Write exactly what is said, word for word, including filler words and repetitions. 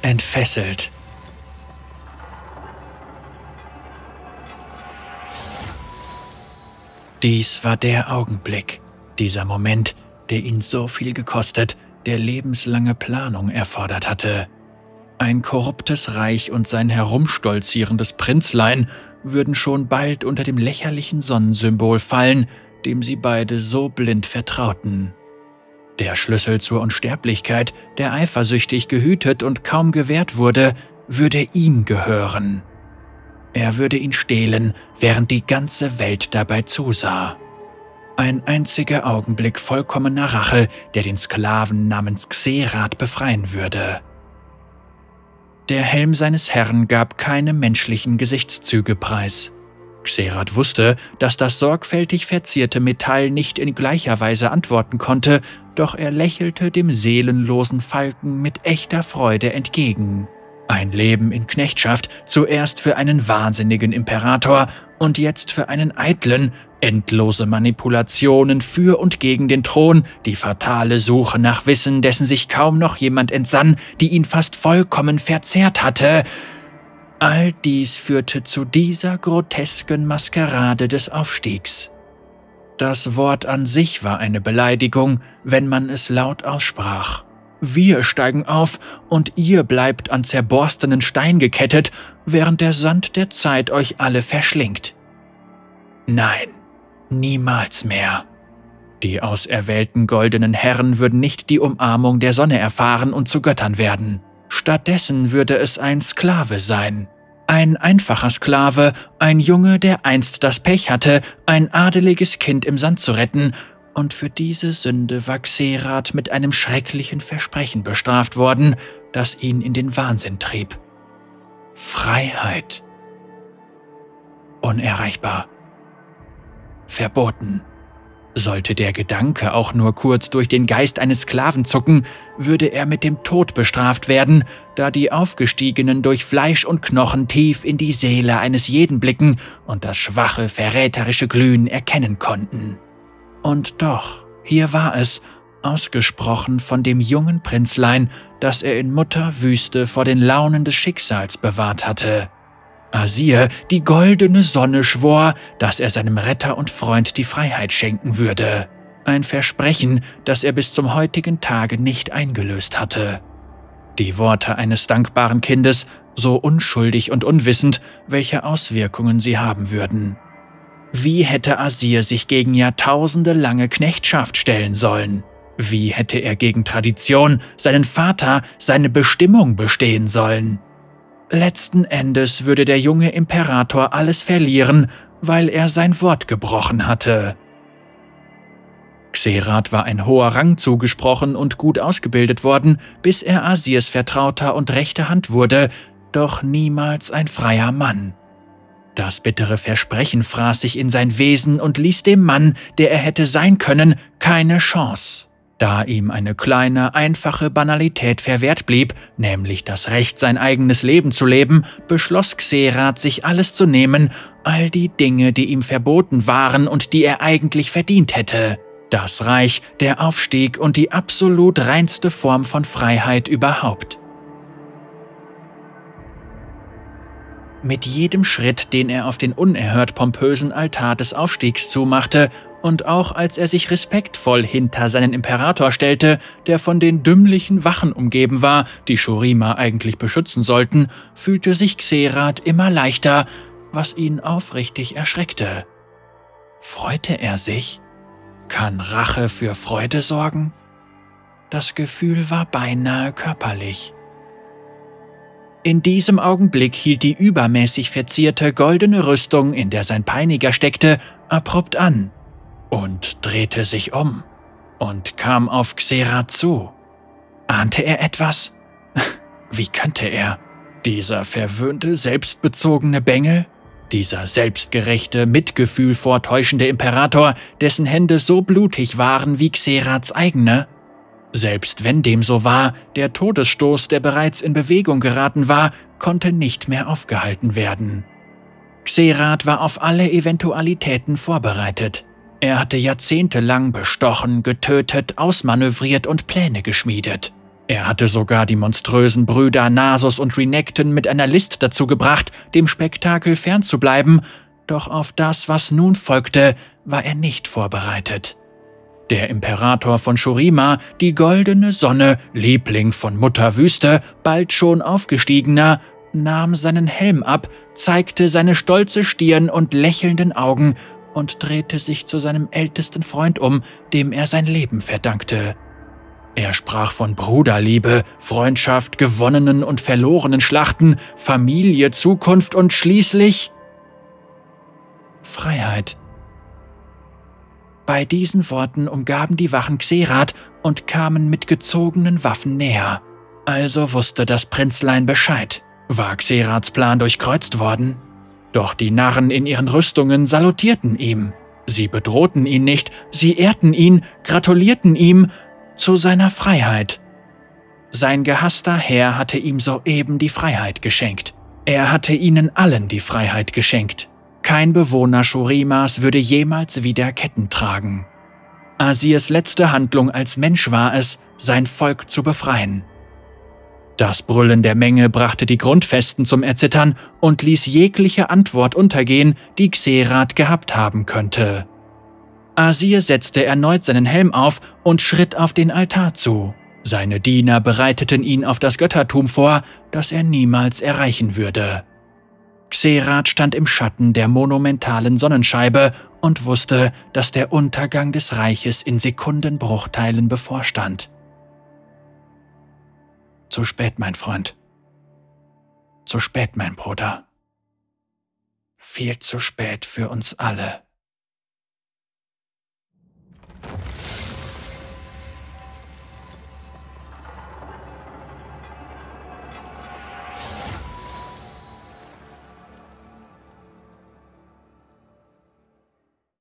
entfesselt. Dies war der Augenblick, dieser Moment, der ihn so viel gekostet, der lebenslange Planung erfordert hatte. Ein korruptes Reich und sein herumstolzierendes Prinzlein würden schon bald unter dem lächerlichen Sonnensymbol fallen, dem sie beide so blind vertrauten. Der Schlüssel zur Unsterblichkeit, der eifersüchtig gehütet und kaum gewährt wurde, würde ihm gehören. Er würde ihn stehlen, während die ganze Welt dabei zusah. Ein einziger Augenblick vollkommener Rache, der den Sklaven namens Xerath befreien würde. Der Helm seines Herrn gab keine menschlichen Gesichtszüge preis. Xerath wusste, dass das sorgfältig verzierte Metall nicht in gleicher Weise antworten konnte, doch er lächelte dem seelenlosen Falken mit echter Freude entgegen. Ein Leben in Knechtschaft, zuerst für einen wahnsinnigen Imperator und jetzt für einen eitlen, endlose Manipulationen für und gegen den Thron, die fatale Suche nach Wissen, dessen sich kaum noch jemand entsann, die ihn fast vollkommen verzehrt hatte. All dies führte zu dieser grotesken Maskerade des Aufstiegs. Das Wort an sich war eine Beleidigung, wenn man es laut aussprach. Wir steigen auf und ihr bleibt an zerborstenen Stein gekettet, während der Sand der Zeit euch alle verschlingt. Nein, niemals mehr. Die auserwählten goldenen Herren würden nicht die Umarmung der Sonne erfahren und zu Göttern werden. Stattdessen würde es ein Sklave sein. Ein einfacher Sklave, ein Junge, der einst das Pech hatte, ein adeliges Kind im Sand zu retten, und für diese Sünde war Xerath mit einem schrecklichen Versprechen bestraft worden, das ihn in den Wahnsinn trieb. Freiheit. Unerreichbar. Verboten. Sollte der Gedanke auch nur kurz durch den Geist eines Sklaven zucken, würde er mit dem Tod bestraft werden, da die Aufgestiegenen durch Fleisch und Knochen tief in die Seele eines jeden blicken und das schwache, verräterische Glühen erkennen konnten. Und doch, hier war es, ausgesprochen von dem jungen Prinzlein, das er in Mutterwüste vor den Launen des Schicksals bewahrt hatte. Asir, die goldene Sonne, schwor, dass er seinem Retter und Freund die Freiheit schenken würde. Ein Versprechen, das er bis zum heutigen Tage nicht eingelöst hatte. Die Worte eines dankbaren Kindes, so unschuldig und unwissend, welche Auswirkungen sie haben würden. Wie hätte Asir sich gegen jahrtausendelange Knechtschaft stellen sollen? Wie hätte er gegen Tradition, seinen Vater, seine Bestimmung bestehen sollen? Letzten Endes würde der junge Imperator alles verlieren, weil er sein Wort gebrochen hatte. Xerath war ein hoher Rang zugesprochen und gut ausgebildet worden, bis er Asirs Vertrauter und rechte Hand wurde, doch niemals ein freier Mann. Das bittere Versprechen fraß sich in sein Wesen und ließ dem Mann, der er hätte sein können, keine Chance. Da ihm eine kleine, einfache Banalität verwehrt blieb, nämlich das Recht, sein eigenes Leben zu leben, beschloss Xerath, sich alles zu nehmen, all die Dinge, die ihm verboten waren und die er eigentlich verdient hätte. Das Reich, der Aufstieg und die absolut reinste Form von Freiheit überhaupt. Mit jedem Schritt, den er auf den unerhört pompösen Altar des Aufstiegs zumachte, und auch als er sich respektvoll hinter seinen Imperator stellte, der von den dümmlichen Wachen umgeben war, die Shurima eigentlich beschützen sollten, fühlte sich Xerath immer leichter, was ihn aufrichtig erschreckte. Freute er sich? Kann Rache für Freude sorgen? Das Gefühl war beinahe körperlich. In diesem Augenblick hielt die übermäßig verzierte goldene Rüstung, in der sein Peiniger steckte, abrupt an und drehte sich um und kam auf Xerath zu. Ahnte er etwas? Wie könnte er? Dieser verwöhnte, selbstbezogene Bengel? Dieser selbstgerechte, Mitgefühl vortäuschende Imperator, dessen Hände so blutig waren wie Xeraths eigene? Selbst wenn dem so war, der Todesstoß, der bereits in Bewegung geraten war, konnte nicht mehr aufgehalten werden. Xerath war auf alle Eventualitäten vorbereitet. Er hatte jahrzehntelang bestochen, getötet, ausmanövriert und Pläne geschmiedet. Er hatte sogar die monströsen Brüder Nasus und Renekton mit einer List dazu gebracht, dem Spektakel fernzubleiben, doch auf das, was nun folgte, war er nicht vorbereitet. Der Imperator von Shurima, die goldene Sonne, Liebling von Mutter Wüste, bald schon aufgestiegener, nahm seinen Helm ab, zeigte seine stolze Stirn und lächelnden Augen und drehte sich zu seinem ältesten Freund um, dem er sein Leben verdankte. Er sprach von Bruderliebe, Freundschaft, gewonnenen und verlorenen Schlachten, Familie, Zukunft und schließlich Freiheit. Bei diesen Worten umgaben die Wachen Xerath und kamen mit gezogenen Waffen näher. Also wusste das Prinzlein Bescheid. War Xeraths Plan durchkreuzt worden? Doch die Narren in ihren Rüstungen salutierten ihm. Sie bedrohten ihn nicht, sie ehrten ihn, gratulierten ihm zu seiner Freiheit. Sein gehasster Herr hatte ihm soeben die Freiheit geschenkt. Er hatte ihnen allen die Freiheit geschenkt. Kein Bewohner Shurimas würde jemals wieder Ketten tragen. Asirs letzte Handlung als Mensch war es, sein Volk zu befreien. Das Brüllen der Menge brachte die Grundfesten zum Erzittern und ließ jegliche Antwort untergehen, die Xerath gehabt haben könnte. Asir setzte erneut seinen Helm auf und schritt auf den Altar zu. Seine Diener bereiteten ihn auf das Göttertum vor, das er niemals erreichen würde. Xerath stand im Schatten der monumentalen Sonnenscheibe und wusste, dass der Untergang des Reiches in Sekundenbruchteilen bevorstand. Zu spät, mein Freund. Zu spät, mein Bruder. Viel zu spät für uns alle.